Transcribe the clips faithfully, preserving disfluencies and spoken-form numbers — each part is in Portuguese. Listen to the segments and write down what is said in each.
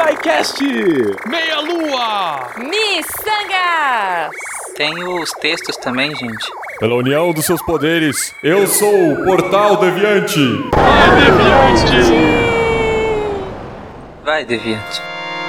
SciCast! Meia Lua! Miçangas! Tem os textos também, gente. Pela união dos seus poderes, eu sou o Portal Deviante! Vai, Deviante! Vai, Deviante.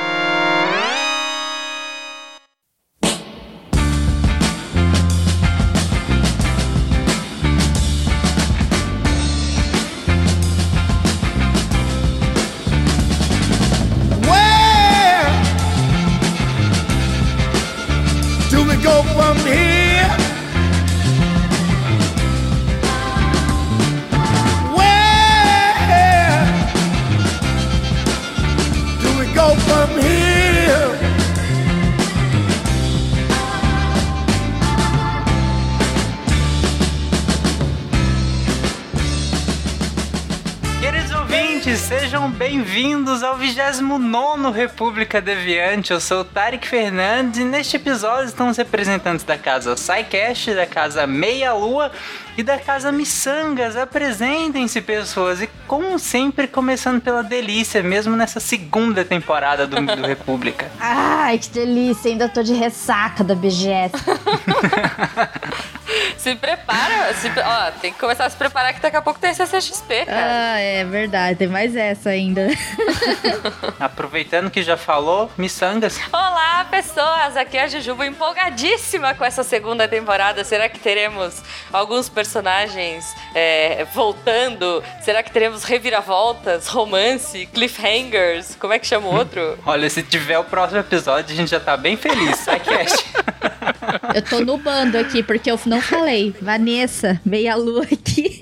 Sejam bem-vindos ao vigésimo nono República Deviante. Eu sou o Tarek Fernandes e neste episódio estão os representantes da casa SciCast, da casa Meia Lua e da casa Miçangas. Apresentem-se, pessoas, e como sempre, começando pela delícia, mesmo nessa segunda temporada do, do República. Ai, que delícia, ainda tô de ressaca da B G S. Se prepara, se, ó, tem que começar a se preparar que daqui a pouco tem C C X P, cara. Ah, é verdade, tem mais essa ainda. Aproveitando que já falou, Miçangas. Olá, pessoas, aqui é a Jujuba, empolgadíssima com essa segunda temporada. Será que teremos alguns personagens é, voltando? Será que teremos reviravoltas, romance, cliffhangers? Como é que chama o outro? Olha, se tiver o próximo episódio, a gente já tá bem feliz, SciCast. Eu tô no bando aqui, porque eu não falei. Vanessa, Meia Lua aqui.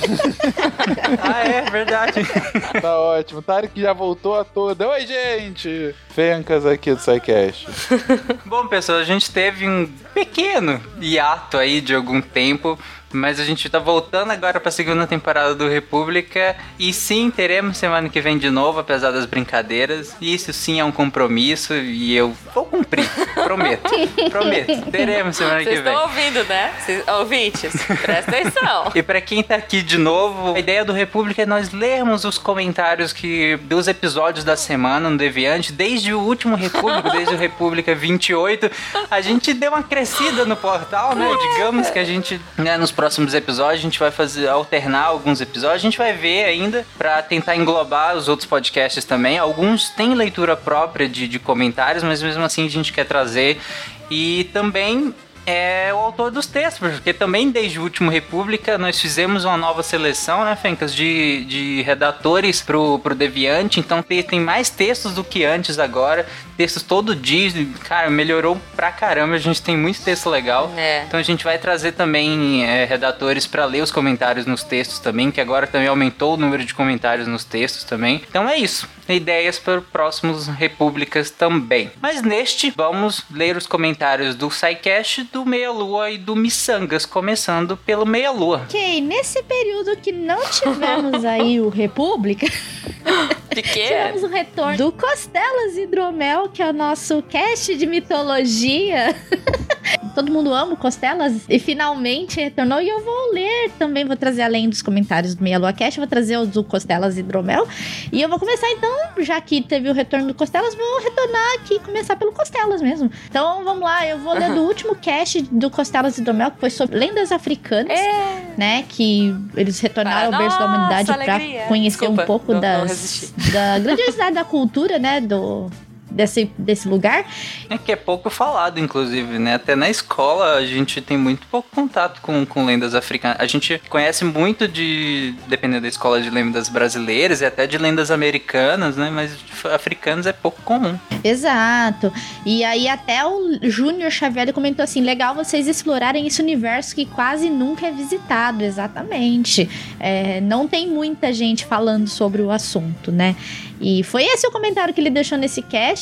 Ah, é, verdade. Tá ótimo. Tarek já voltou a toda. Oi, gente! Fencas aqui do SciCast. Bom, pessoal, a gente teve um pequeno hiato aí de algum tempo, mas a gente tá voltando agora pra segunda temporada do República. E sim, teremos semana que vem de novo, apesar das brincadeiras. Isso sim é um compromisso e eu vou cumprir. Prometo. Prometo. Teremos semana Cês que vem. Vocês estão ouvindo, né? Cês, ouvintes, presta atenção. E pra quem tá aqui de novo, a ideia do República é nós lermos os comentários que, dos episódios da semana no Deviante. Desde o último República, desde o República vinte e oito, a gente deu uma crescida no portal, né? Digamos que a gente, né, nos próximos episódios, a gente vai fazer, alternar alguns episódios. A gente vai ver ainda pra tentar englobar os outros podcasts também. Alguns têm leitura própria de, de comentários, mas mesmo assim a gente quer trazer. E também é o autor dos textos, porque também desde o último República nós fizemos uma nova seleção, né, Fencas, de, de redatores pro, pro Deviante, então tem, tem mais textos do que antes agora, textos todo dia, cara, melhorou pra caramba, a gente tem muito texto legal, é. Então a gente vai trazer também é, redatores pra ler os comentários nos textos também, que agora também aumentou o número de comentários nos textos também, então é isso, ideias para próximos Repúblicas também. Mas neste, vamos ler os comentários do SciCast, do Meia Lua e do Miçangas, começando pelo Meia Lua. Ok, nesse período que não tivemos aí o República, tivemos o retorno do Costelas Hidromel, que é o nosso cast de mitologia. Todo mundo ama o Costelas e finalmente retornou. E eu vou ler também, vou trazer além dos comentários do Meia Lua Cast, vou trazer os do Costelas Hidromel. E eu vou começar então, já que teve o retorno do Costelas, vou retornar aqui e começar pelo Costelas mesmo. Então vamos lá, eu vou ler do último cast do Costelas Hidromel, que foi sobre lendas africanas, é. né? Que eles retornaram Para ao berço da humanidade para conhecer Desculpa, um pouco não, das, não da grandiosidade da cultura, né? Do... Desse, desse lugar. É que é pouco falado, inclusive, né? Até na escola a gente tem muito pouco contato com, com lendas africanas. A gente conhece muito de, dependendo da escola, de lendas brasileiras e até de lendas americanas, né? Mas africanos é pouco comum. Exato. E aí até o Júnior Xavier comentou assim, legal vocês explorarem esse universo que quase nunca é visitado. Exatamente. É, não tem muita gente falando sobre o assunto, né? E foi esse o comentário que ele deixou nesse cast.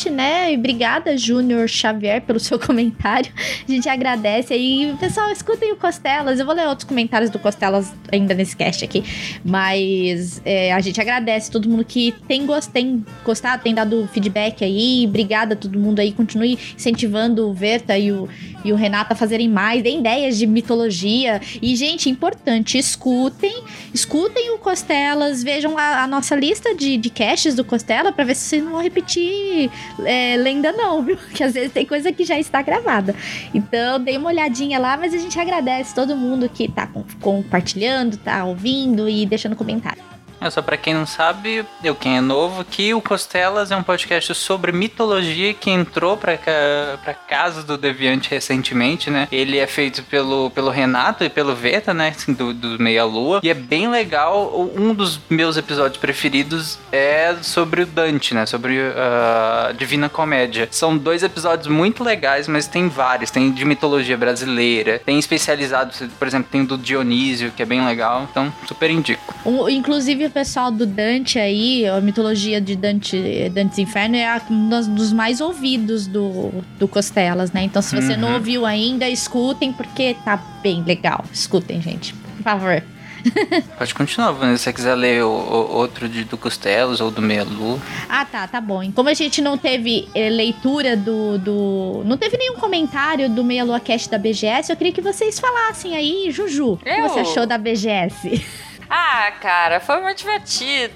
cast, né? E obrigada, Júnior Xavier, pelo seu comentário. A gente agradece aí. Pessoal, escutem o Costelas. Eu vou ler outros comentários do Costelas ainda nesse cast aqui. Mas é, a gente agradece todo mundo que tem, gost... tem gostado, tem dado feedback aí. Obrigada a todo mundo aí. Continue incentivando o Verta e o, e o Renato a fazerem mais. Deem ideias de mitologia. E, gente, importante, escutem. Escutem o Costelas. Vejam a, a nossa lista de, de casts do Costela pra ver se vocês não vão repetir é, lenda não, viu? Que às vezes tem coisa que já está gravada. Então, dê uma olhadinha lá, mas a gente agradece todo mundo que tá com, compartilhando, tá ouvindo e deixando comentário. É, só pra quem não sabe, eu quem é novo, que o Costelas é um podcast sobre mitologia que entrou pra, ca... pra casa do Deviante recentemente, né? Ele é feito pelo, pelo Renato e pelo Veta, né? Do, do Meia Lua. E é bem legal. Um dos meus episódios preferidos é sobre o Dante, né? Sobre a uh, Divina Comédia. São dois episódios muito legais, mas tem vários. Tem de mitologia brasileira, tem especializados, por exemplo, tem o do Dionísio, que é bem legal. Então, super indico. Um, inclusive, o pessoal do Dante aí, a mitologia de Dante, Dante's Inferno é um dos mais ouvidos do, do Costelas, né? Então, se você uhum. não ouviu ainda, escutem, porque tá bem legal. Escutem, gente, por favor. Pode continuar, Vanessa, se você quiser ler o, o, outro de, do Costelas ou do Meia Lua. Ah, tá, tá bom. Como a gente não teve é, leitura do, do... Não teve nenhum comentário do Meia Lua Cast da B G S, eu queria que vocês falassem aí, Juju, o que você achou da B G S? Ah, cara, foi muito divertido.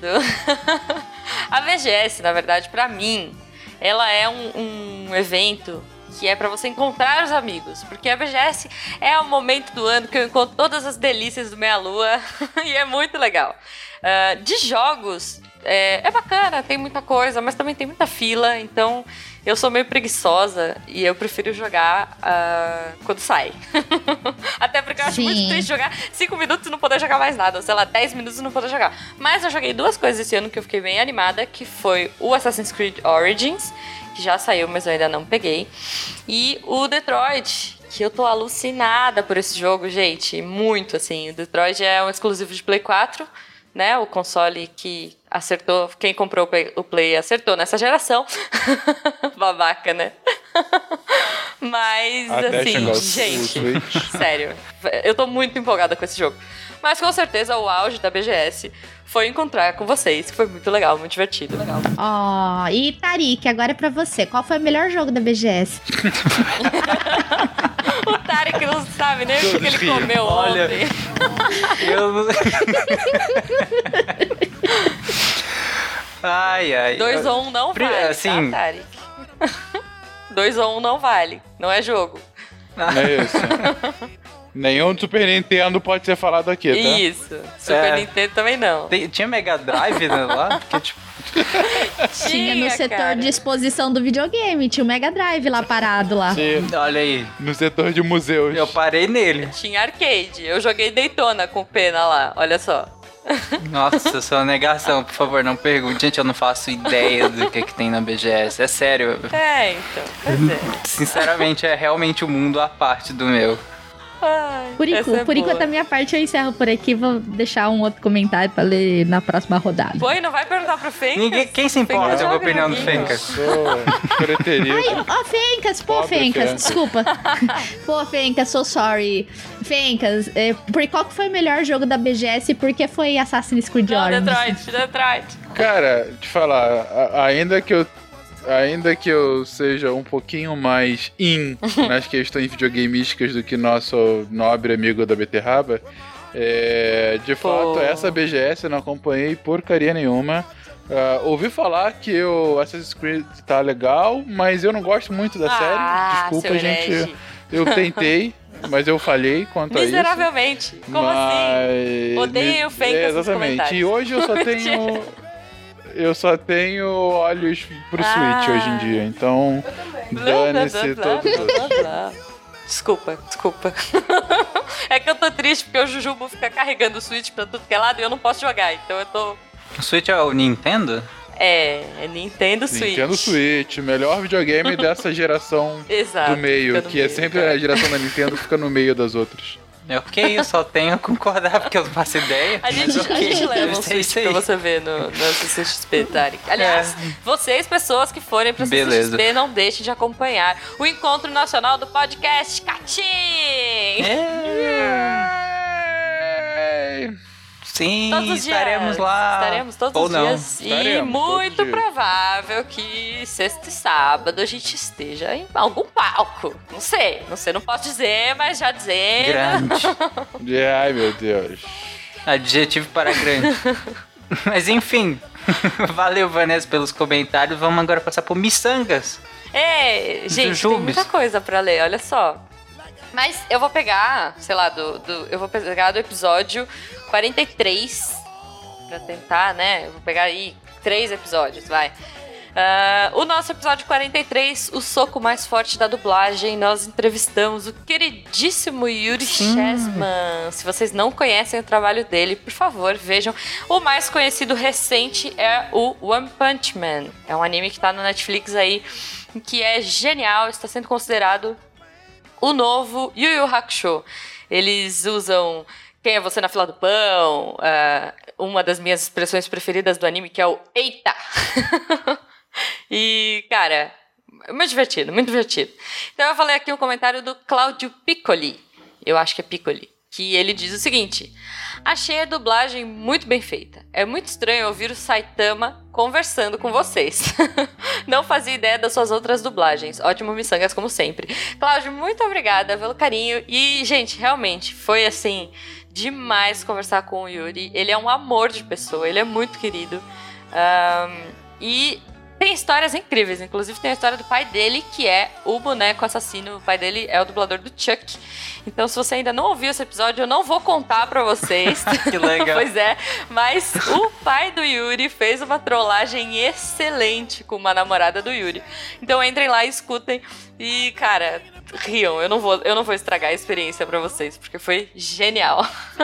A B G S, na verdade, pra mim, ela é um, um evento que é pra você encontrar os amigos. Porque a B G S é o momento do ano que eu encontro todas as delícias do Meia Lua e é muito legal. Uh, de jogos, é, é bacana, tem muita coisa, mas também tem muita fila, então eu sou meio preguiçosa e eu prefiro jogar uh, quando sai. Até porque eu acho Sim. muito triste jogar cinco minutos e não poder jogar mais nada, ou sei lá, dez minutos e não poder jogar. Mas eu joguei duas coisas esse ano que eu fiquei bem animada, que foi o Assassin's Creed Origins, que já saiu, mas eu ainda não peguei, e o Detroit, que eu tô alucinada por esse jogo, gente, muito, assim. O Detroit é um exclusivo de Play quatro, né, o console que acertou, quem comprou o Play, o Play acertou nessa geração. Babaca, né? Mas, Até assim, gente, sério, eu tô muito empolgada com esse jogo. Mas, com certeza, o auge da B G S foi encontrar com vocês, que foi muito legal, muito divertido. Legal. Ó, oh, e Tarik, agora é pra você, qual foi o melhor jogo da B G S? O Tarik não sabe nem o que ele comeu Olha, ontem. Eu não... Ai, ai. Dois ou um não vale, assim... tá, Tarik? Dois ou um não vale, não é jogo. Não é isso. Nenhum do Super Nintendo pode ser falado aqui, tá? Isso. Super é. Nintendo também não. Tem, tinha Mega Drive, né, lá? Porque, tipo... Tinha no setor cara. de exposição do videogame. Tinha o Mega Drive lá parado lá. Sim. Olha aí. No setor de museus. Eu parei nele. Tinha arcade. Eu joguei Daytona com pena lá. Olha só. Nossa, sua negação, por favor, não pergunte. Gente, eu não faço ideia do que, que tem na B G S. É sério. É, então. Pois é. Sinceramente, é realmente um mundo à parte do meu. Ai, por enquanto, é por enquanto, a minha parte eu encerro por aqui. Vou deixar um outro comentário pra ler na próxima rodada. Foi, não vai perguntar pro Fencas? Ninguém, quem se importa com a opinião do Fencas? Ai, ó, Fencas, pô, Pobre Fencas, criança. Desculpa. Pô, Fencas, so sorry. Fencas, é, por qual que foi o melhor jogo da B G S e por que foi Assassin's Creed Origins? Detroit, Detroit. Cara, te falar, a, ainda que eu Ainda que eu seja um pouquinho mais in nas questões videogameísticas do que nosso nobre amigo da Beterraba, é, de Pô. fato, essa B G S eu não acompanhei porcaria nenhuma. Uh, ouvi falar que o Assassin's Creed tá legal, mas eu não gosto muito da ah, série. Desculpa, gente. Herege. Eu tentei, mas eu falhei quanto a isso. Miseravelmente. Como mas... assim? Odeiem o Fencas é, exatamente. E hoje eu só tenho... Eu só tenho olhos pro ah. Switch hoje em dia, então dane-se todo. Blá, blá, blá. Desculpa, desculpa. É que eu tô triste porque o Jujubo fica carregando o Switch pra tudo que é lado e eu não posso jogar, então eu tô... O Switch é o Nintendo? É, é Nintendo Switch. Nintendo Switch, melhor videogame dessa geração Exato, do meio, que meio, é sempre cara. a geração da Nintendo que fica no meio das outras. Ok, eu só tenho a concordar porque eu não faço ideia. A gente, okay, a gente leva um Switch Switch pra você ver no, no C C X P, Tarek. Aliás, é. vocês, pessoas que forem pra C C X P, não deixem de acompanhar o Encontro Nacional do Podcast Catim! É. Sim, todos os estaremos dias. lá. Estaremos todos Ou os não. dias. Estaremos, e muito provável que sexta e sábado a gente esteja em algum palco. Não sei, não sei, não posso dizer, mas já dizendo. Grande. Ai, meu Deus. Adjetivo para grande. Mas enfim, valeu, Vanessa, pelos comentários. Vamos agora passar por miçangas. É, gente, Jujubes. tem muita coisa pra ler, olha só. Mas eu vou pegar, sei lá, do, do, eu vou pegar do episódio quarenta e três pra tentar, né? Eu vou pegar aí três episódios, vai. Uh, o nosso episódio quarenta e três, o soco mais forte da dublagem, nós entrevistamos o queridíssimo Yuri Chessman. Se vocês não conhecem o trabalho dele, por favor, vejam. O mais conhecido recente é o One Punch Man. É um anime que tá no Netflix aí, que é genial, está sendo considerado o novo Yu Yu Hakusho. Eles usam Quem é Você na Fila do Pão, uh, uma das minhas expressões preferidas do anime, que é o Eita! E, cara, muito divertido, muito divertido. Então eu falei aqui um comentário do Claudio Piccoli, eu acho que é Piccoli, que ele diz o seguinte: achei a dublagem muito bem feita. É muito estranho ouvir o Saitama conversando com vocês. Não fazia ideia das suas outras dublagens. Ótimo, miçangas, como sempre. Cláudio, muito obrigada pelo carinho. E, gente, realmente, foi, assim, demais conversar com o Yuri. Ele é um amor de pessoa, ele é muito querido. Um, e tem histórias incríveis. Inclusive, tem a história do pai dele, que é o boneco assassino. O pai dele é o dublador do Chuck. Então, se você ainda não ouviu esse episódio, eu não vou contar pra vocês. Que legal. Pois é. Mas o pai do Yuri fez uma trollagem excelente com uma namorada do Yuri. Então, entrem lá e escutem. E, cara, riam. Eu não vou, eu não vou estragar a experiência pra vocês, porque foi genial.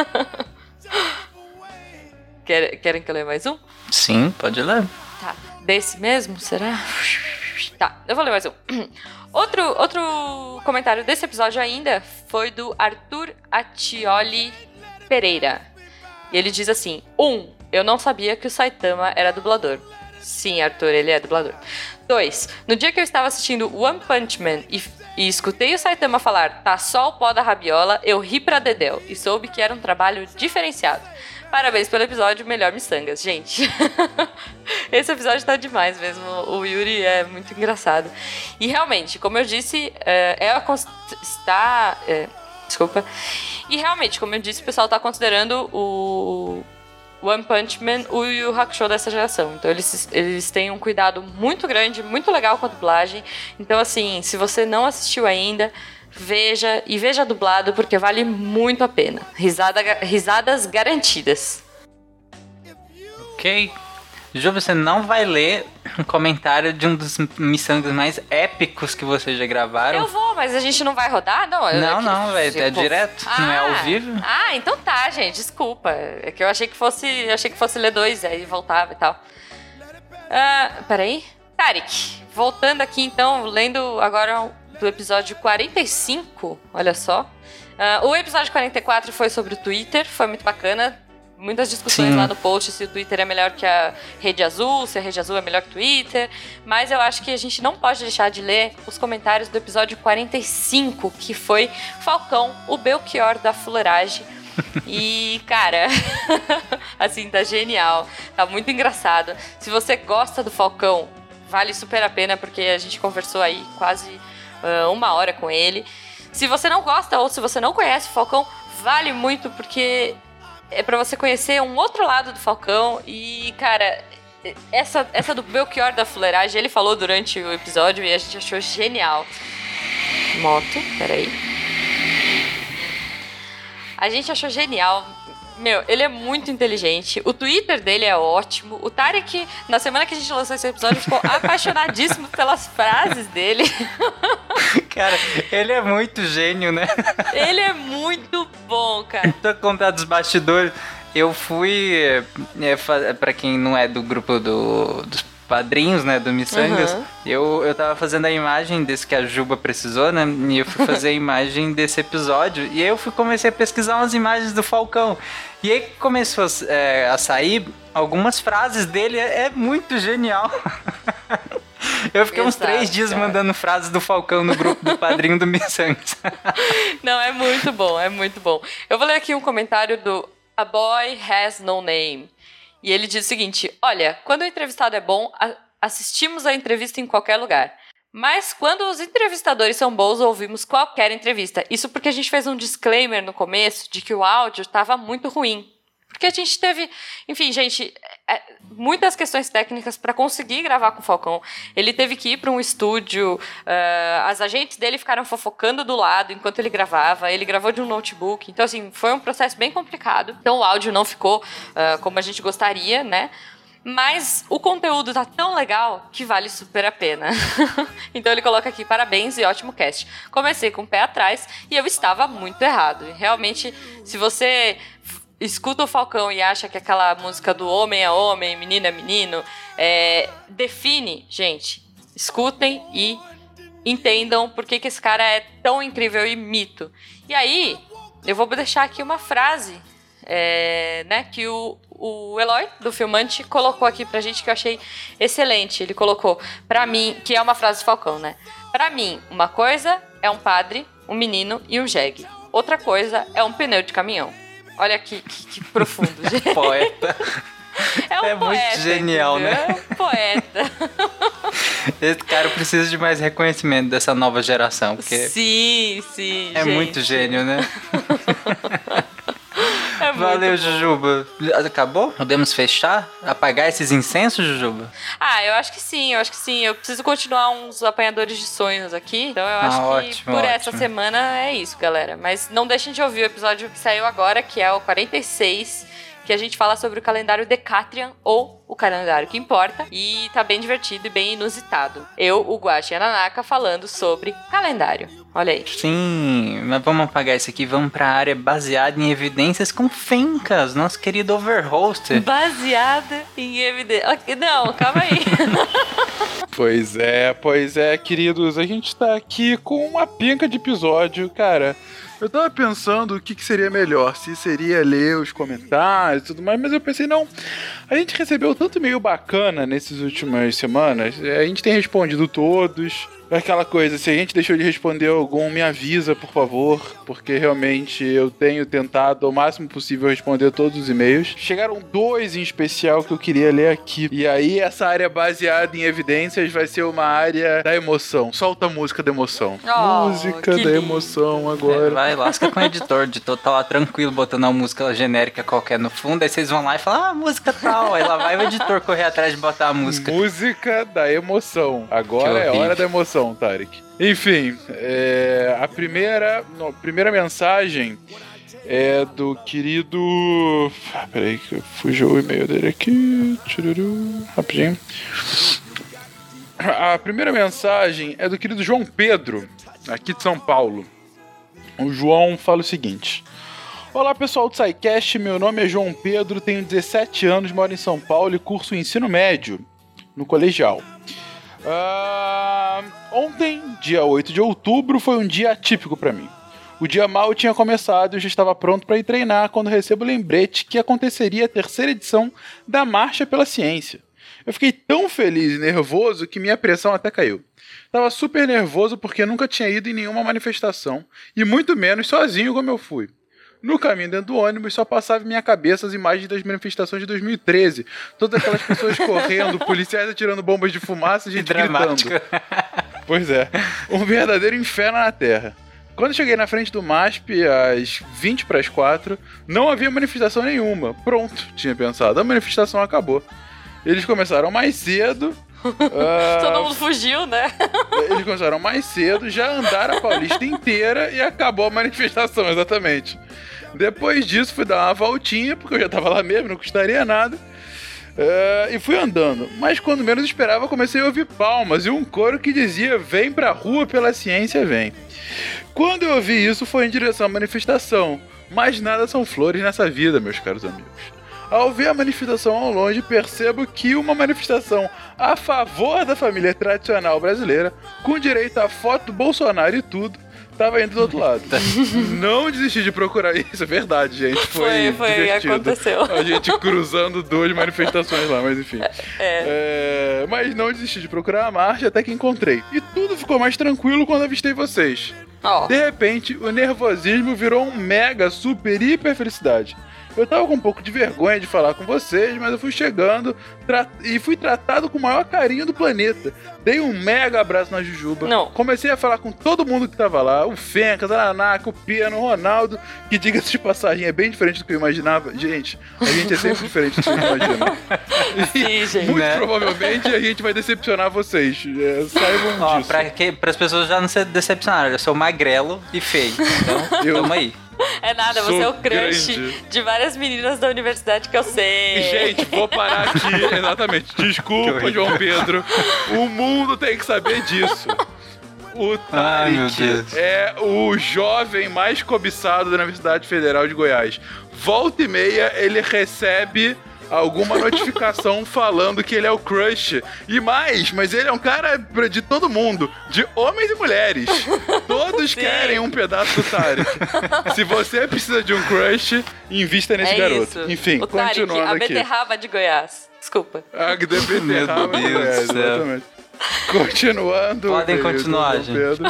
Quer, querem que eu leia mais um? Sim, pode ler. Tá. Desse mesmo? Será? Tá, eu vou ler mais um. Outro, outro comentário desse episódio ainda foi do Arthur Atioli Pereira. E ele diz assim: um. Eu não sabia que o Saitama era dublador. Sim, Arthur, ele é dublador. dois. No dia que eu estava assistindo One Punch Man e, e escutei o Saitama falar tá só o pó da rabiola, eu ri pra dedéu e soube que era um trabalho diferenciado. Parabéns pelo episódio, melhor miçangas, gente. Esse episódio tá demais mesmo. O Yuri é muito engraçado. E realmente, como eu disse, é, é a, está... É, desculpa. E realmente, como eu disse, o pessoal tá considerando o One Punch Man o Yu Yu Hakusho dessa geração. Então eles, eles têm um cuidado muito grande, muito legal com a dublagem. Então assim, se você não assistiu ainda, veja, e veja dublado, porque vale muito a pena. Risada, risadas garantidas. Ok. Ju, você não vai ler um comentário de um dos miçangas mais épicos que vocês já gravaram? Eu vou, mas a gente não vai rodar? Não, eu, não, é não, velho, é direto, ah, não é ao vivo. Ah, então tá, gente, desculpa. É que eu achei que fosse, eu achei que fosse ler dois, aí voltava e tal. Uh, peraí. Tarek, voltando aqui então, lendo agora do episódio quarenta e cinco, olha só. Uh, o episódio quarenta e quatro foi sobre o Twitter, foi muito bacana. Muitas discussões Sim. lá no post se o Twitter é melhor que a Rede Azul, se a Rede Azul é melhor que o Twitter. Mas eu acho que a gente não pode deixar de ler os comentários do episódio quarenta e cinco, que foi Falcão, o Belchior da fuleiragem. E, cara, assim, tá genial, tá muito engraçado. Se você gosta do Falcão, vale super a pena, porque a gente conversou aí quase uh, uma hora com ele. Se você não gosta ou se você não conhece o Falcão, vale muito, porque é pra você conhecer um outro lado do Falcão. E, cara, essa, essa do Belchior da fuleiragem, ele falou durante o episódio e a gente achou genial. Moto, peraí. A gente achou genial. Meu, ele é muito inteligente. O Twitter dele é ótimo. O Tarek, na semana que a gente lançou esse episódio, ficou apaixonadíssimo pelas frases dele. Cara, ele é muito gênio, né? Ele é muito bom, cara. Tô contando dos bastidores. Eu fui, é, pra quem não é do grupo do, dos padrinhos, né, do Missangas. Uhum. Eu, eu tava fazendo a imagem desse que a Juba precisou, né, e eu fui fazer a imagem desse episódio, e aí eu fui, comecei a pesquisar umas imagens do Falcão. E aí começou é, a sair algumas frases dele, é, é muito genial. Eu fiquei uns Exato, três dias cara. mandando frases do Falcão no grupo do padrinho do Missangas. Não, é muito bom, é muito bom. Eu vou ler aqui um comentário do A Boy Has No Name. E ele diz o seguinte: olha, quando o entrevistado é bom, a- assistimos a entrevista em qualquer lugar. Mas quando os entrevistadores são bons, ouvimos qualquer entrevista. Isso porque a gente fez um disclaimer no começo de que o áudio estava muito ruim. Porque a gente teve, enfim, gente, é, muitas questões técnicas para conseguir gravar com o Falcão. Ele teve que ir para um estúdio, uh, as agentes dele ficaram fofocando do lado enquanto ele gravava, ele gravou de um notebook. Então, assim, foi um processo bem complicado. Então, o áudio não ficou uh, como a gente gostaria, né? Mas o conteúdo tá tão legal que vale super a pena. Então ele coloca aqui: parabéns e ótimo cast. Comecei com o pé atrás e eu estava muito errado. E realmente, se você escuta o Falcão e acha que aquela música do homem é homem, menino é menino, é, define, gente, escutem e entendam por que, que esse cara é tão incrível e mito. E aí, eu vou deixar aqui uma frase é, né, que o, o Eloy, do Filmante, colocou aqui pra gente, que eu achei excelente. Ele colocou, pra mim, que é uma frase do Falcão, né? Pra mim, uma coisa é um padre, um menino e um jegue. Outra coisa é um pneu de caminhão. Olha que, que, que profundo, gente. Poeta. É um é poeta, muito genial, entendeu? né? É um poeta. Esse cara precisa de mais reconhecimento dessa nova geração, porque sim, sim, é gente. muito gênio, né? É muito Valeu, bom. Jujuba. Acabou? Podemos fechar? Apagar esses incensos, Jujuba? Ah, eu acho que sim, eu acho que sim. Eu preciso continuar uns apanhadores de sonhos aqui. Então eu acho ah, que ótimo, por ótimo. essa semana é isso, galera. Mas não deixem de ouvir o episódio que saiu agora, que é o quarenta e seis, que a gente fala sobre o calendário Decatrian, ou o calendário que importa, e tá bem divertido e bem inusitado. Eu, o Guaxa e a Nanaka falando sobre calendário. Olha aí. Sim, mas vamos apagar isso aqui, vamos pra área baseada em evidências com Fencas, nosso querido Overhoster. Baseada em evidência. Não, calma aí. Pois é, pois é, queridos, a gente tá aqui com uma pinca de episódio, cara. Eu tava pensando o que, que seria melhor, se seria ler os comentários e tudo mais, mas eu pensei, não, a gente recebeu tanto e-mail bacana nessas últimas semanas, a gente tem respondido todos. Aquela coisa, se a gente deixou de responder algum, me avisa, por favor, porque realmente eu tenho tentado ao máximo possível responder todos os e-mails. Chegaram dois em especial que eu queria ler aqui. E aí, essa área baseada em evidências vai ser uma área da emoção. Solta a música da emoção. Oh, música da lindo. emoção agora. É, vai, lasca com o editor. O editor tá lá tranquilo, botando uma música genérica qualquer no fundo, aí vocês vão lá e falam, ah, música tal. Aí lá vai o editor correr atrás de botar a música. Música da emoção. Agora é hora da emoção, Tarek. Enfim, é, a primeira, no, primeira mensagem é do querido... Ah, peraí que fugiu o e-mail dele aqui. Tchururu, rapidinho. A primeira mensagem é do querido João Pedro, aqui de São Paulo. O João fala o seguinte: olá pessoal do SciCast, meu nome é João Pedro, tenho dezessete anos, moro em São Paulo e curso ensino médio no colegial. Uh, ontem, dia oito de outubro, foi um dia atípico pra mim. O dia mal tinha começado e eu já estava pronto para ir treinar quando recebo o lembrete que aconteceria a terceira edição da Marcha pela Ciência. Eu fiquei tão feliz e nervoso que minha pressão até caiu. Tava super nervoso porque nunca tinha ido em nenhuma manifestação e muito menos sozinho como eu fui. No caminho dentro do ônibus só passava em minha cabeça as imagens das manifestações de dois mil e treze. Todas aquelas pessoas correndo, policiais atirando bombas de fumaça e gente Dramático. gritando. Pois é, um verdadeiro inferno na Terra. Quando cheguei na frente do M A S P, às vinte para as quatro, não havia manifestação nenhuma. Pronto, tinha pensado, a manifestação acabou. Eles começaram mais cedo... Uh, Todo mundo fugiu, né? Eles começaram mais cedo, já andaram a Paulista inteira e acabou a manifestação, exatamente. Depois disso, fui dar uma voltinha, porque eu já tava lá mesmo, não custaria nada. Uh, e fui andando. Mas quando menos esperava, comecei a ouvir palmas e um coro que dizia: vem pra rua pela ciência, vem. Quando eu ouvi isso, foi em direção à manifestação. Mas nada são flores nessa vida, meus caros amigos. Ao ver a manifestação ao longe, percebo que uma manifestação a favor da família tradicional brasileira, com direito à foto do Bolsonaro e tudo, tava indo do outro lado. Não desisti de procurar isso, é verdade, gente. Foi, foi, foi divertido. Aconteceu. A gente cruzando duas manifestações lá, mas enfim. É. É, mas não desisti de procurar a marcha até que encontrei. E tudo ficou mais tranquilo quando avistei vocês. Oh. De repente, o nervosismo virou um mega, super, hiper felicidade. Eu tava com um pouco de vergonha de falar com vocês, mas eu fui chegando tra- e fui tratado com o maior carinho do planeta. Dei um mega abraço na Jujuba. Não. Comecei a falar com todo mundo que tava lá. O Fencas, a Nanaka, o Piano, o Ronaldo, que, diga-se de passagem, é bem diferente do que eu imaginava. Gente, a gente é sempre diferente do que eu imagino. Sim, gente. Muito Né? provavelmente a gente vai decepcionar vocês. É, saibam Ó, disso. pra que, pras pessoas já não se decepcionarem, eu sou magrelo e feio. Então, Eu- tamo aí. É nada, Sou você é o crush grande. de várias meninas da universidade que eu sei. Gente, vou parar aqui, exatamente. Desculpa, João Pedro. O mundo tem que saber disso. O Ai, meu Tarek Deus. é o jovem mais cobiçado da Universidade Federal de Goiás. Volta e meia, ele recebe alguma notificação falando que ele é o crush. E mais, mas ele é um cara de todo mundo, de homens e mulheres. Todos Sim. querem um pedaço do Tarek. Se você precisa de um crush, invista nesse É garoto. isso. Enfim, o Tarek, continuando a aqui. beterraba de Goiás. Desculpa. A D B T Meu Raba, Deus é, do céu. exatamente. Continuando. Podem querido continuar, João Pedro.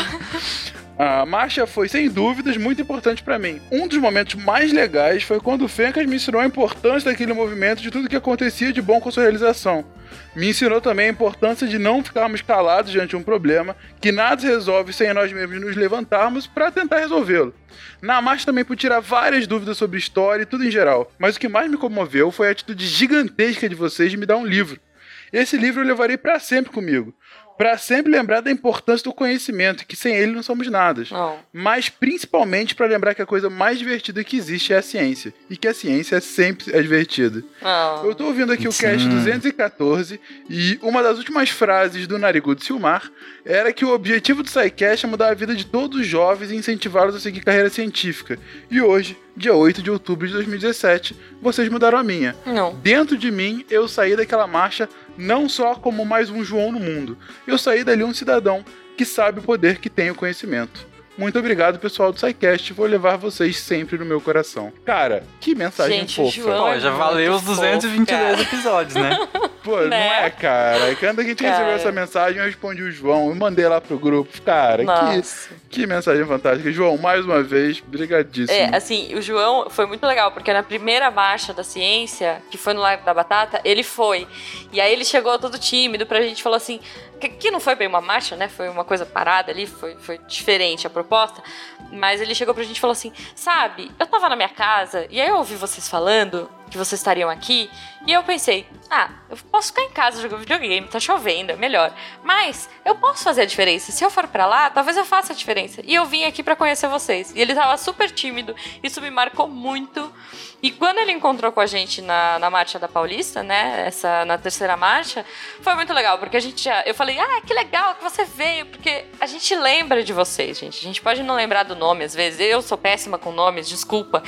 A marcha foi, sem dúvidas, muito importante pra mim. Um dos momentos mais legais foi quando o Fencas me ensinou a importância daquele movimento, de tudo que acontecia de bom com sua realização. Me ensinou também a importância de não ficarmos calados diante de um problema, que nada se resolve sem nós mesmos nos levantarmos pra tentar resolvê-lo. Na marcha também pude tirar várias dúvidas sobre história e tudo em geral, mas o que mais me comoveu foi a atitude gigantesca de vocês de me dar um livro. Esse livro eu levarei pra sempre comigo. Pra sempre lembrar da importância do conhecimento, que sem ele não somos nada. Não. Mas principalmente pra lembrar que a coisa mais divertida que existe é a ciência. E que a ciência é sempre é divertida. Não. Eu tô ouvindo aqui o Sim. cast duzentos e catorze e uma das últimas frases do Narigudo Silmar era que o objetivo do SciCast é mudar a vida de todos os jovens e incentivá-los a seguir carreira científica. E hoje, dia oito de outubro de dois mil e dezessete, vocês mudaram a minha. Não. Dentro de mim, eu saí daquela marcha não só como mais um João no mundo. Eu saí dali um cidadão que sabe o poder que tem o conhecimento. Muito obrigado, pessoal do SciCast. Vou levar vocês sempre no meu coração. Cara, que mensagem Gente, o fofa. João- Pô, já muito valeu os duzentos e vinte e dois fofo, cara. episódios, né? Pô, não Né? é, cara. Quando a gente Cara. recebeu essa mensagem, eu respondi o João. Eu mandei lá pro grupo. Cara, que, Nossa. que mensagem fantástica. João, mais uma vez, brigadíssimo. É, assim, o João foi muito legal, porque na primeira marcha da ciência, que foi no Live da Batata, ele foi. E aí ele chegou todo tímido pra gente e falou assim, que, que não foi bem uma marcha, né? Foi uma coisa parada ali, foi, foi diferente a proposta. Mas ele chegou pra gente e falou assim, sabe, eu tava na minha casa e aí eu ouvi vocês falando que vocês estariam aqui, e eu pensei, ah, eu posso ficar em casa jogando videogame, tá chovendo, é melhor. Mas eu posso fazer a diferença. Se eu for pra lá, talvez eu faça a diferença. E eu vim aqui pra conhecer vocês. E ele tava super tímido, isso me marcou muito. E quando ele encontrou com a gente na, na marcha da Paulista, né, essa, na terceira marcha, foi muito legal, porque a gente já, eu falei, ah, que legal que você veio, porque a gente lembra de vocês, gente. A gente pode não lembrar do nome, às vezes. Eu sou péssima com nomes, desculpa.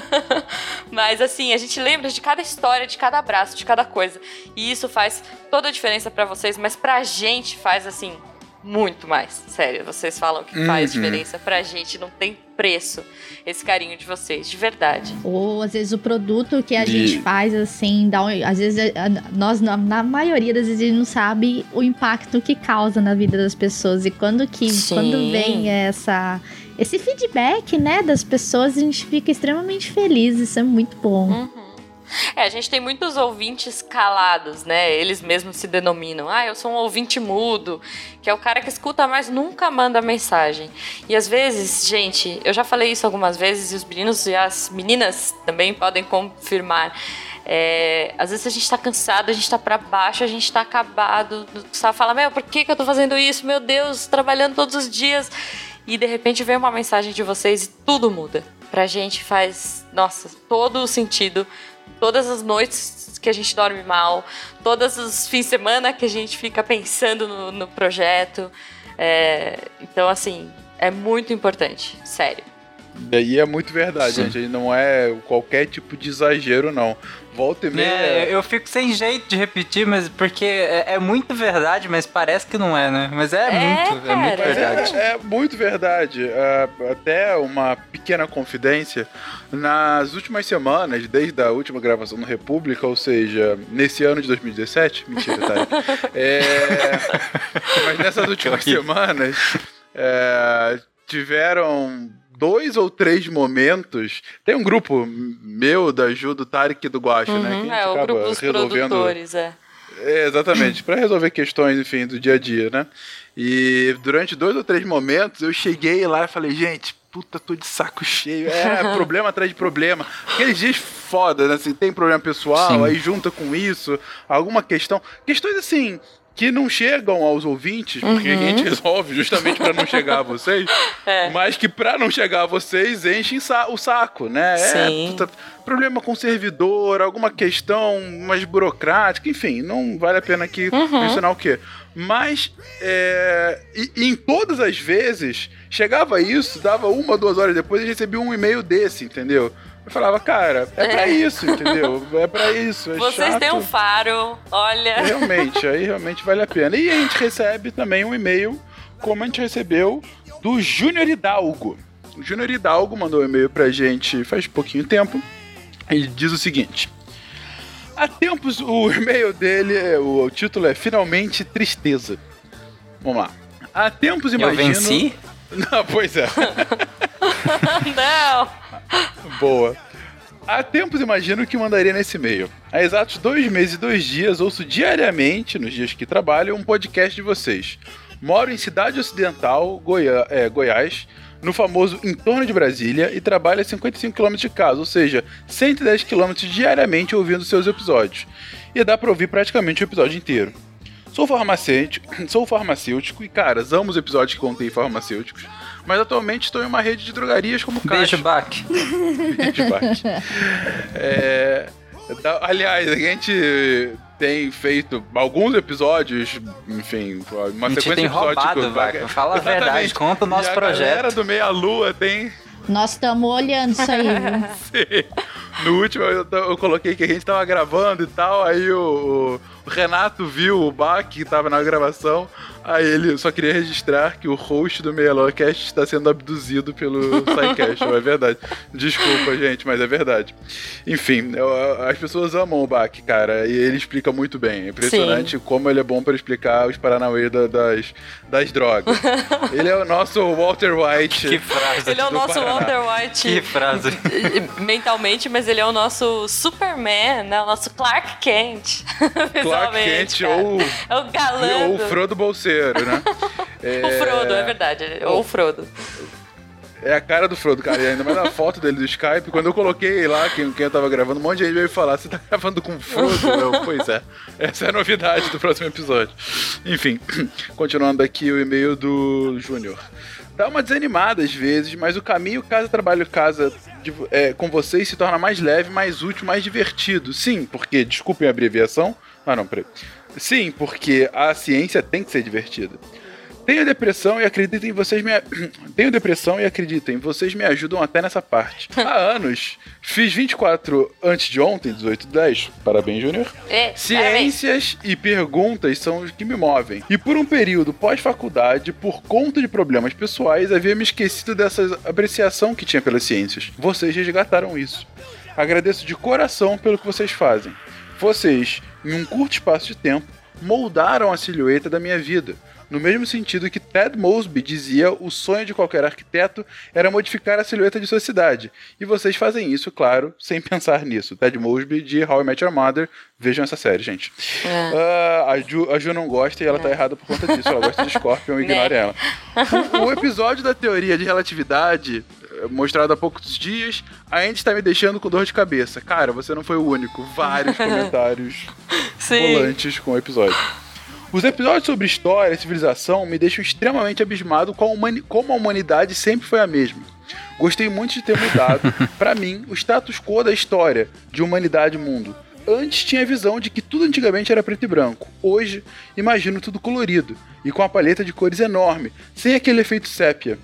Mas assim, a gente lembra de cada história, de cada abraço, de cada coisa. E isso faz toda a diferença pra vocês, mas pra gente faz assim, muito mais. Sério, vocês falam que faz Uhum. diferença. Pra gente não tem preço esse carinho de vocês, de verdade. Ou às vezes o produto que a De- gente faz, assim, dá um, às vezes a- nós, na, na maioria das vezes, a gente não sabe o impacto que causa na vida das pessoas. E quando, que, Sim. quando vem essa, esse feedback, né, das pessoas, a gente fica extremamente feliz. Isso é muito bom. Uhum. É, a gente tem muitos ouvintes calados, né? Eles mesmos se denominam. Ah, eu sou um ouvinte mudo, que é o cara que escuta, mas nunca manda mensagem. E às vezes, gente, eu já falei isso algumas vezes e os meninos e as meninas também podem confirmar. É, às vezes a gente tá cansado, a gente tá pra baixo, a gente tá acabado. Só fala, meu, por que que eu tô fazendo isso? Meu Deus, trabalhando todos os dias. E de repente vem uma mensagem de vocês e tudo muda. Pra gente faz, nossa, todo o sentido. Todas as noites que a gente dorme mal, todos os fins de semana que a gente fica pensando no, no projeto. É, então, assim, é muito importante, sério. E é muito verdade, Sim. gente. Não é qualquer tipo de exagero, não. Volta e meia... É, eu fico sem jeito de repetir, mas porque é, é muito verdade, mas parece que não é, né? Mas é, é muito, é muito verdade. É, é muito verdade. Uh, até uma pequena confidência. Nas últimas semanas, desde a última gravação no República, ou seja, nesse ano de dois mil e dezessete, mentira, tá? É, mas nessas últimas semanas, é, tiveram... dois ou três momentos. Tem um grupo meu, da Ju, do Tarek e do Guacho, uhum, né? Que a gente é, acaba o grupo dos resolvendo... produtores, é. É, exatamente, para resolver questões, enfim, do dia a dia, né? E durante dois ou três momentos eu cheguei lá e falei, gente, puta, tô de saco cheio. É, problema atrás de problema. Aqueles dias foda, né? Assim, tem problema pessoal, Sim. aí junta com isso, alguma questão. Questões assim... que não chegam aos ouvintes, porque uhum. a gente resolve justamente para não chegar a vocês, é. mas que para não chegar a vocês enchem o saco, né? Sim. É, puta, problema com o servidor, alguma questão mais burocrática, enfim, não vale a pena aqui uhum. mencionar o quê. Mas, é, e, e em todas as vezes, chegava isso, dava uma, duas horas depois e recebia um e-mail desse, entendeu? Eu falava, cara, é pra é. isso, entendeu? É pra isso. É Vocês chato. têm um faro, olha. Realmente, aí realmente vale a pena. E a gente recebe também um e-mail, como a gente recebeu, do Júnior Hidalgo. O Júnior Hidalgo mandou um e-mail pra gente faz pouquinho tempo. Ele diz o seguinte: há tempos, o e-mail dele, o, o título é Finalmente Tristeza. Vamos lá. Há tempos, imagino... Eu venci? Não, pois é. Não. Boa. Há tempos imagino que mandaria nesse e-mail. Há exatos dois meses e dois dias ouço diariamente, nos dias que trabalho, um podcast de vocês. Moro em Cidade Ocidental, Goiá, é, Goiás, no famoso entorno de Brasília, e trabalho a cinquenta e cinco quilômetros de casa, ou seja, cento e dez quilômetros diariamente ouvindo seus episódios. E dá pra ouvir praticamente o episódio inteiro. Sou farmacêutico, sou farmacêutico e, caras, amo os episódios que contêm farmacêuticos. Mas atualmente estou em uma rede de drogarias como Caixa. Beijo, Bac. Beijo, Bac. É, aliás, a gente tem feito alguns episódios, enfim, uma sequência de episódios. Roubado, Bac. Fala a verdade, conta o nosso e a projeto. A galera do Meia Lua tem... Nós estamos olhando isso aí. Sim. No último eu, eu coloquei que a gente tava gravando e tal, aí o, o Renato viu o Bach que tava na gravação, aí ele só queria registrar que o host do Meia Lua Cast está sendo abduzido pelo SciCast. É verdade. Desculpa, gente, mas é verdade. Enfim, eu, as pessoas amam o Bach, cara, e ele explica muito bem. É impressionante Sim. como ele é bom para explicar os paranauê da, das, das drogas. Ele é o nosso Walter White. Que frase. Ele é o nosso Paraná. Walter White. Que frase. Mentalmente, mas ele é o nosso Superman, né? O nosso Clark Kent. Clark Kent cara. ou... É o galã. Ou o Frodo Bolseiro, né? É... O Frodo, é verdade. Ou o Frodo. É a cara do Frodo, cara. E ainda mais na foto dele do Skype. Quando eu coloquei lá quem, quem eu tava gravando, um monte de gente veio falar: você tá gravando com o Frodo? Eu, pois é. Essa é a novidade do próximo episódio. Enfim, continuando aqui o e-mail do Júnior. Dá uma desanimada às vezes, mas o caminho casa-trabalho-casa é, com vocês se torna mais leve, mais útil, mais divertido. Sim, porque, desculpem a abreviação. Ah, não, peraí. Sim, porque a ciência tem que ser divertida. Tenho depressão e acreditem, vocês me... Tenho depressão e acreditem, vocês me ajudam até nessa parte. Há anos, fiz vinte e quatro antes de ontem, dezoito de dez. Parabéns, Júnior. É, Ciências parabéns. E perguntas são os que me movem. E por um período pós-faculdade, por conta de problemas pessoais, havia me esquecido dessa apreciação que tinha pelas ciências. Vocês resgataram isso. Agradeço de coração pelo que vocês fazem. Vocês, em um curto espaço de tempo, moldaram a silhueta da minha vida. No mesmo sentido que Ted Mosby dizia, o sonho de qualquer arquiteto era modificar a silhueta de sua cidade. E vocês fazem isso, claro, sem pensar nisso. Ted Mosby de How I Met Your Mother. Vejam essa série, gente. É. Uh, a, Ju, a Ju não gosta e ela é. tá errada por conta disso. Ela gosta de Scorpion, ignore ela. O, o episódio da teoria de relatividade, mostrado há poucos dias, ainda está me deixando com dor de cabeça. Cara, você não foi o único. Vários comentários volantes com o episódio. Os episódios sobre história e civilização me deixam extremamente abismado com a humani- como a humanidade sempre foi a mesma. Gostei muito de ter mudado, pra mim, o status quo da história de humanidade e mundo. Antes tinha a visão de que tudo antigamente era preto e branco. Hoje, imagino tudo colorido e com uma paleta de cores enorme, sem aquele efeito sépia.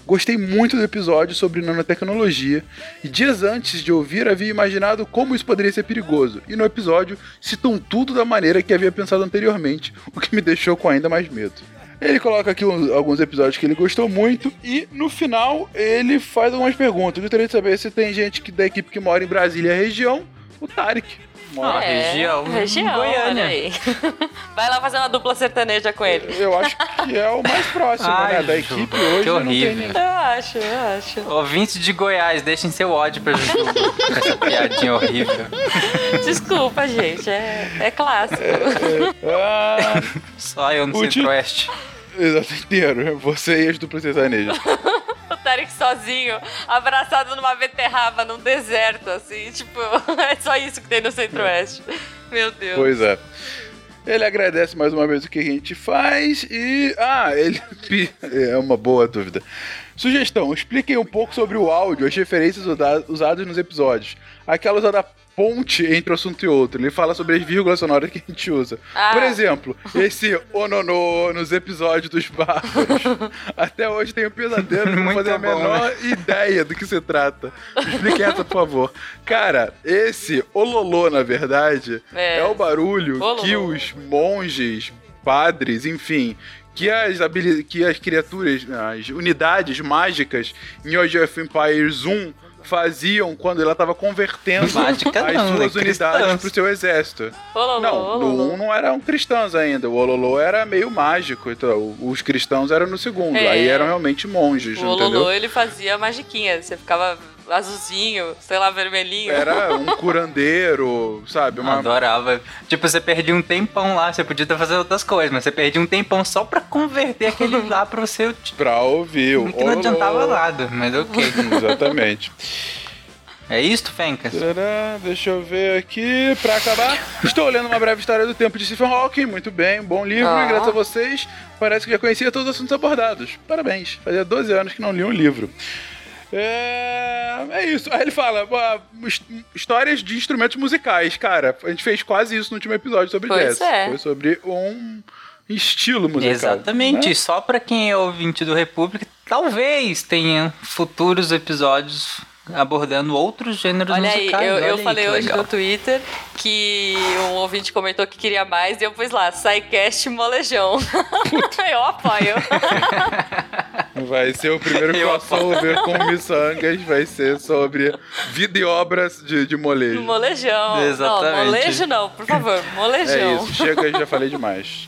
Gostei muito do episódio sobre nanotecnologia e dias antes de ouvir havia imaginado como isso poderia ser perigoso. E no episódio citam tudo da maneira que havia pensado anteriormente, o que me deixou com ainda mais medo. Ele coloca aqui um, alguns episódios que ele gostou muito e no final ele faz algumas perguntas. Eu gostaria de saber se tem gente que, da equipe que mora em Brasília, região, o Tarek. Mora é, região, região Goiânia. Aí. Vai lá fazer uma dupla sertaneja com ele. Eu acho que é o mais próximo, Ai, né? Da Ju, equipe hoje que não horrível. tem ninguém. Eu acho, eu acho. Ouvintes de Goiás, deixem seu ódio pra Juju com essa piadinha horrível. Desculpa, gente. É, é clássico. Ah, Só eu no O ti- Centro-Oeste. exato, inteiro. Você e as duplas sertanejas. O Tarek sozinho, abraçado numa beterraba, num deserto, assim. Tipo, é só isso que tem no Centro-Oeste. Meu Deus. Pois é. Ele agradece mais uma vez o que a gente faz e... Ah, ele... É uma boa dúvida. Sugestão, expliquem um pouco sobre o áudio, as referências usa- usadas nos episódios. Aquela usada ponte entre um assunto e outro. Ele fala sobre as vírgulas sonoras que a gente usa. Ah. Por exemplo, esse ononô nos episódios dos bárbaros. Até hoje tenho um pesadelo de não Muito fazer a bom, menor ideia do que se trata. Explique essa, por favor. Cara, esse ololô, na verdade, é, É. o barulho Ololô. que os monges, padres, enfim... Que as, habili- que as criaturas, as unidades mágicas em Age of Empires um faziam quando ela estava convertendo Mágica as não, suas né? unidades Cristãs. pro seu exército. Ololô, Não, no ololô. um não eram cristãos ainda, o Ololô era meio mágico, então os cristãos eram no segundo, É. aí eram realmente monges, O entendeu? Ololô, ele fazia magiquinha. Você ficava azulzinho, sei lá, vermelhinho. Era um curandeiro, sabe? Uma... Adorava. Tipo, você perdia um tempão lá, você podia estar fazendo outras coisas, mas você perdia um tempão só pra converter aquele lá pro seu... Pra ouvir o Que não Ololô. adiantava nada, mas ok. Exatamente. É isto, Fencas? Tcharam, deixa eu ver aqui, pra acabar. Estou lendo uma breve história do tempo de Stephen Hawking, muito bem, bom livro, Ah. e graças a vocês, parece que já conhecia todos os assuntos abordados. Parabéns, fazia doze anos que não li um livro. É, é isso. Aí ele fala, ah, his- histórias de instrumentos musicais, cara. A gente fez quase isso no último episódio sobre Pois jazz. é. Foi sobre um estilo musical. Exatamente. né? Só pra quem é ouvinte do República, talvez tenha futuros episódios abordando outros gêneros Olha aí, musicais. eu, Olha eu aí, falei que hoje legal. no Twitter que um ouvinte comentou que queria mais e eu pus lá, SciCast Molejão. Eu apoio. Vai ser o primeiro Eu crossover com Missangas, vai ser sobre vida e obras de, de molejo. Molejão. Exatamente. Não, molejo não, por favor, É molejão. isso, chega, já falei demais.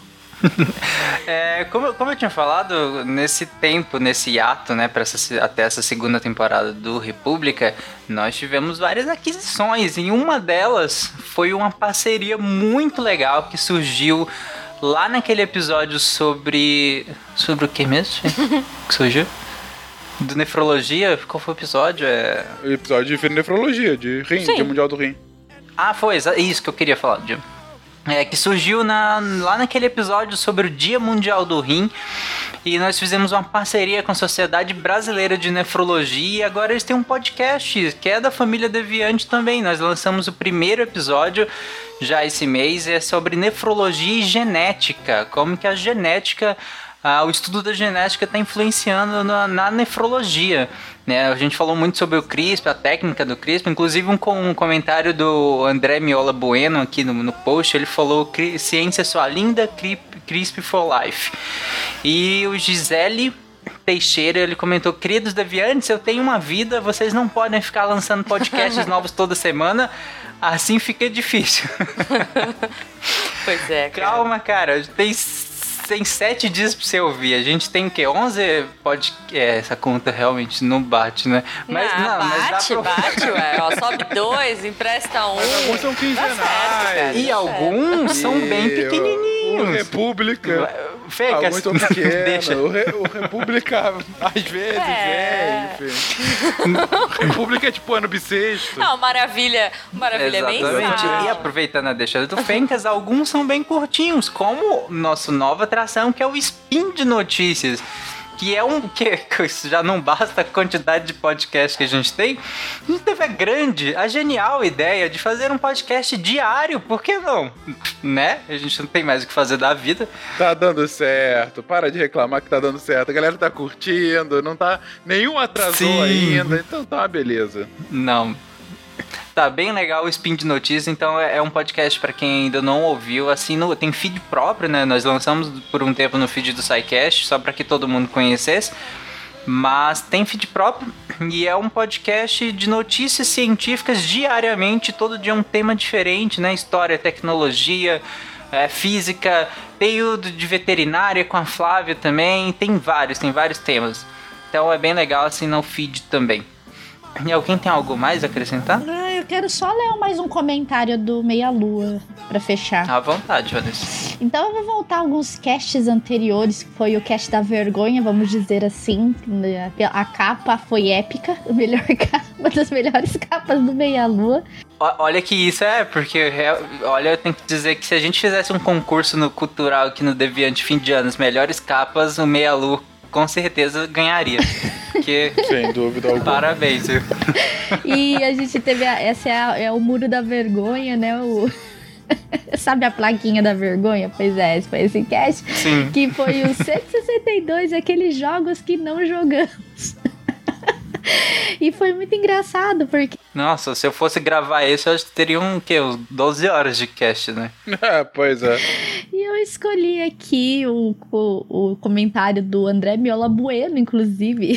É, como, eu- como eu tinha falado, nesse tempo, nesse hiato, né, pra essa, se- até essa segunda temporada do República, nós tivemos várias aquisições e uma delas foi uma parceria muito legal que surgiu lá naquele episódio sobre... Sobre o que mesmo? Que surgiu? Do Nefrologia? Qual foi o episódio? É... O episódio de nefrologia, de rim, Sim. Dia Mundial do Rim. Ah, foi exa- isso que eu queria falar, Jim. É, que surgiu na, lá naquele episódio sobre o Dia Mundial do Rim. E nós fizemos uma parceria com a Sociedade Brasileira de Nefrologia. E agora eles têm um podcast que é da família Deviante também. Nós lançamos o primeiro episódio já esse mês. É sobre nefrologia e genética. Como que a genética... Ah, o estudo da genética está influenciando na, na nefrologia. Né? A gente falou muito sobre o CRISP, a técnica do CRISP, inclusive um, com um comentário do André Miola Bueno aqui no, no post, ele falou "Cri- ciência é sua linda, cri- CRISP for life". E o Gisele Teixeira, ele comentou: queridos deviantes, eu tenho uma vida, vocês não podem ficar lançando podcasts novos toda semana, assim fica difícil. Pois é, cara. Calma, cara, tem... Tem sete dias pra você ouvir. A gente tem o quê? onze pode. É, essa conta realmente não bate, né? Mas Ah, não, mas dá bate, pra... bate, ué. Ó, sobe dois, empresta um. Mas alguns são quinzenais. Dá certo, cara. E alguns são bem E pequenininhos. O República. Fê, Alguns são quer- pequenos. Deixa. O, Re- o República, às vezes, É. vem, enfim. O República é tipo ano bissexto. Não, maravilha. Maravilha é Exatamente. mensal. E aproveitando a deixa do Fencas, alguns são bem curtinhos, como nossa nova atração, que é o Spin de Notícias. que é um... que isso já não basta a quantidade de podcast que a gente tem, a gente teve a grande, a genial ideia de fazer um podcast diário, por que não? Né? A gente não tem mais o que fazer da vida. Tá dando certo, para de reclamar que tá dando certo, a galera tá curtindo, não tá... nenhum atrasou Sim. ainda, então tá uma beleza. Não. Tá bem legal o Spin de Notícias, então é um podcast pra quem ainda não ouviu, assim, no, tem feed próprio, né, nós lançamos por um tempo no feed do SciCast, só pra que todo mundo conhecesse, mas tem feed próprio e é um podcast de notícias científicas diariamente, todo dia um tema diferente, né, história, tecnologia, é, física, período de veterinária com a Flávia também, tem vários, tem vários temas, então é bem legal assim no feed também. E alguém tem algo mais a acrescentar? Ah, eu quero só ler mais um comentário do Meia Lua pra fechar. À vontade, Vanessa. Então eu vou voltar a alguns casts anteriores, que foi o cast da vergonha, vamos dizer assim. A capa foi épica, a melhor capa, uma das melhores capas do Meia Lua. Olha que isso é, porque olha, eu tenho que dizer que se a gente fizesse um concurso no cultural aqui no Deviante fim de ano, as melhores capas, o Meia Lua com certeza ganharia. Porque... Sem dúvida alguma. Parabéns. E a gente teve, a, essa é, a, é o muro da vergonha, né? O... Sabe a plaquinha da vergonha? Pois é, esse foi esse cast. Sim. Que foi o cento e sessenta e dois, aqueles jogos que não jogamos. E foi muito engraçado, porque... Nossa, se eu fosse gravar esse, eu acho que teria um, que, uns doze horas de cast, né? É, pois é. E eu escolhi aqui o, o, o comentário do André Miola Bueno, inclusive.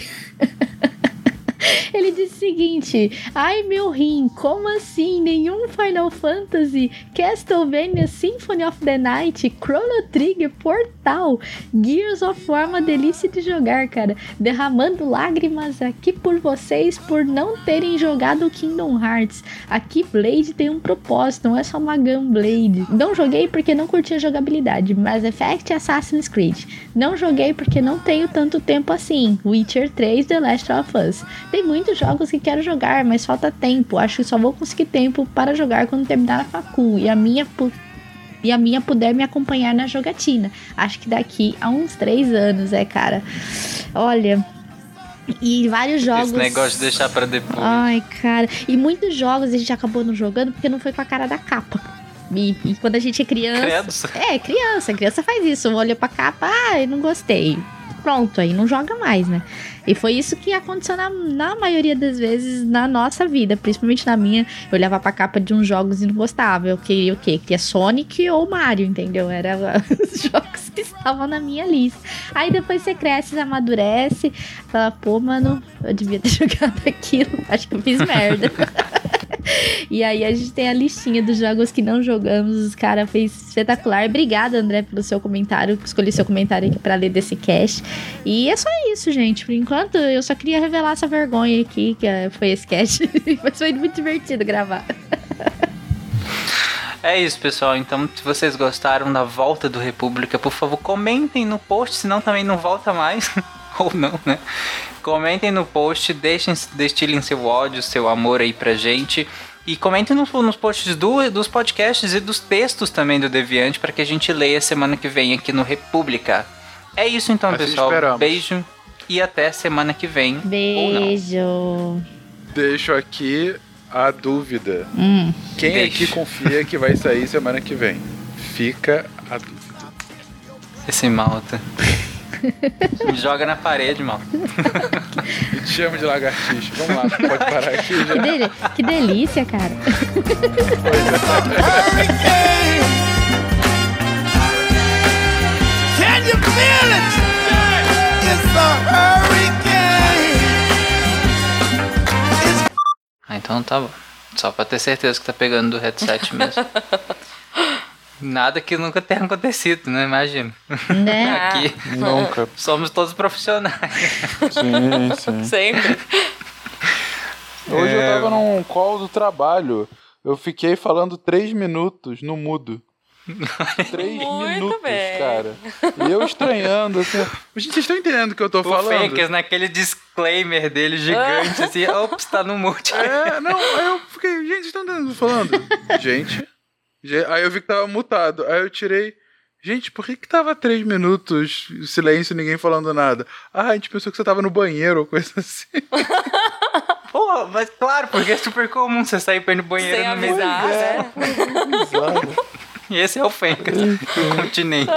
Ele disse o seguinte: ai meu rim, como assim? Nenhum Final Fantasy, Castlevania Symphony of the Night, Chrono Trigger, Portal, Gears of War, uma delícia de jogar, cara. Derramando lágrimas aqui por vocês por não terem jogado Kingdom Hearts. Aqui Blade tem um propósito, não é só uma Gunblade. Não joguei porque não curti a jogabilidade. Mass Effect e Assassin's Creed. Não joguei porque não tenho tanto tempo assim. Witcher três, The Last of Us. Tem muitos jogos que quero jogar, mas falta tempo. Acho que só vou conseguir tempo para jogar quando terminar a facul. E a minha, pu- e a minha puder me acompanhar na jogatina. Acho que daqui a uns três anos, é, cara. Olha... E vários jogos... Esse negócio de deixar pra depois. Ai, cara. E muitos jogos a gente acabou não jogando porque não foi com a cara da capa. E, e quando a gente é criança... Credo. É, criança. Criança faz isso. Olha pra capa, ah, eu não gostei. Pronto, aí não joga mais, né? E foi isso que aconteceu na, na maioria das vezes na nossa vida, principalmente na minha. Eu olhava pra capa de uns jogos e não gostava. Eu queria o quê? Eu queria Sonic ou Mario, entendeu? Era os jogos que estavam na minha lista. Aí depois você cresce, você amadurece, fala, pô, mano, eu devia ter jogado aquilo. Acho que eu fiz merda. E aí a gente tem a listinha dos jogos que não jogamos. Os caras fez espetacular. Obrigada, André, pelo seu comentário. Escolhi seu comentário aqui pra ler desse cast. E é só isso, gente. Por enquanto, eu só queria revelar essa vergonha aqui, que foi esse cast. Mas foi muito divertido gravar. É isso, pessoal. Então, se vocês gostaram da volta do República, por favor, comentem no post, senão também não volta mais. Ou não, né? Comentem no post, deixem, destilem seu ódio, seu amor aí pra gente. E comentem nos, nos posts do, dos podcasts e dos textos também do Deviante, para que a gente leia semana que vem aqui no República. É isso então, assim pessoal. Esperamos. Beijo e até semana que vem. Beijo. Deixo aqui a dúvida. Hum. Quem Deixa. aqui confia que vai sair semana que vem? Fica a dúvida. Esse malta. Me joga na parede, mal. E te chamo de lagartixa. Vamos lá, pode parar aqui já. Que, del- que delícia, cara. Can you feel it? It's a hurricane. It's... Ah, então tá bom. Só pra ter certeza que tá pegando do headset mesmo. Nada que nunca tenha acontecido, né? Imagina. Né? Aqui Nunca. somos todos profissionais. Sim, sim. Sempre. Hoje É. eu tava num call do trabalho. Eu fiquei falando três minutos no mudo. Três Muito minutos, bem. cara. E eu estranhando, assim. Gente, vocês estão entendendo o que eu tô O falando? Fencas, naquele disclaimer dele gigante, assim, ops, tá no mute. É, não, aí eu fiquei, gente, vocês estão entendendo o que eu tô falando? Gente, gente, aí eu vi que tava mutado. Aí eu tirei, Gente, por que que tava três minutos silêncio e ninguém falando nada? Ah, a gente pensou que você tava no banheiro ou coisa assim. Pô, mas claro, porque é super comum você sair pra ir no banheiro Sem no meio avisar, da... né? E esse é o Fencas, o continente.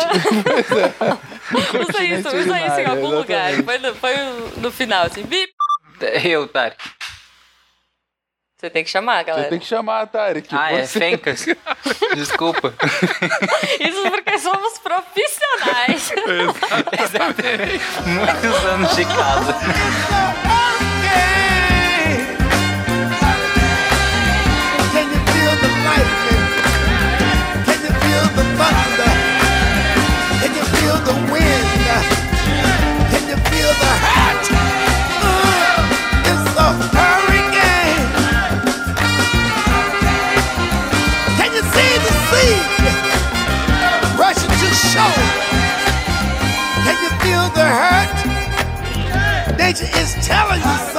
Usa isso, usa isso em algum lugar. Foi no, foi no final, assim, bip. Eu, Tarek. Você tem que chamar, galera. Você tem que chamar, Tarek. Ah, é você... Fencas? Desculpa. Isso porque somos profissionais. Exatamente. Muitos anos de casa. Can you feel the lightning? Can you feel the thunder? Can you feel the wind? Can you feel the hurt? Uh, it's a hurricane. Can you see the sea rushing to shore? Can you feel the hurt? Nature is telling you something.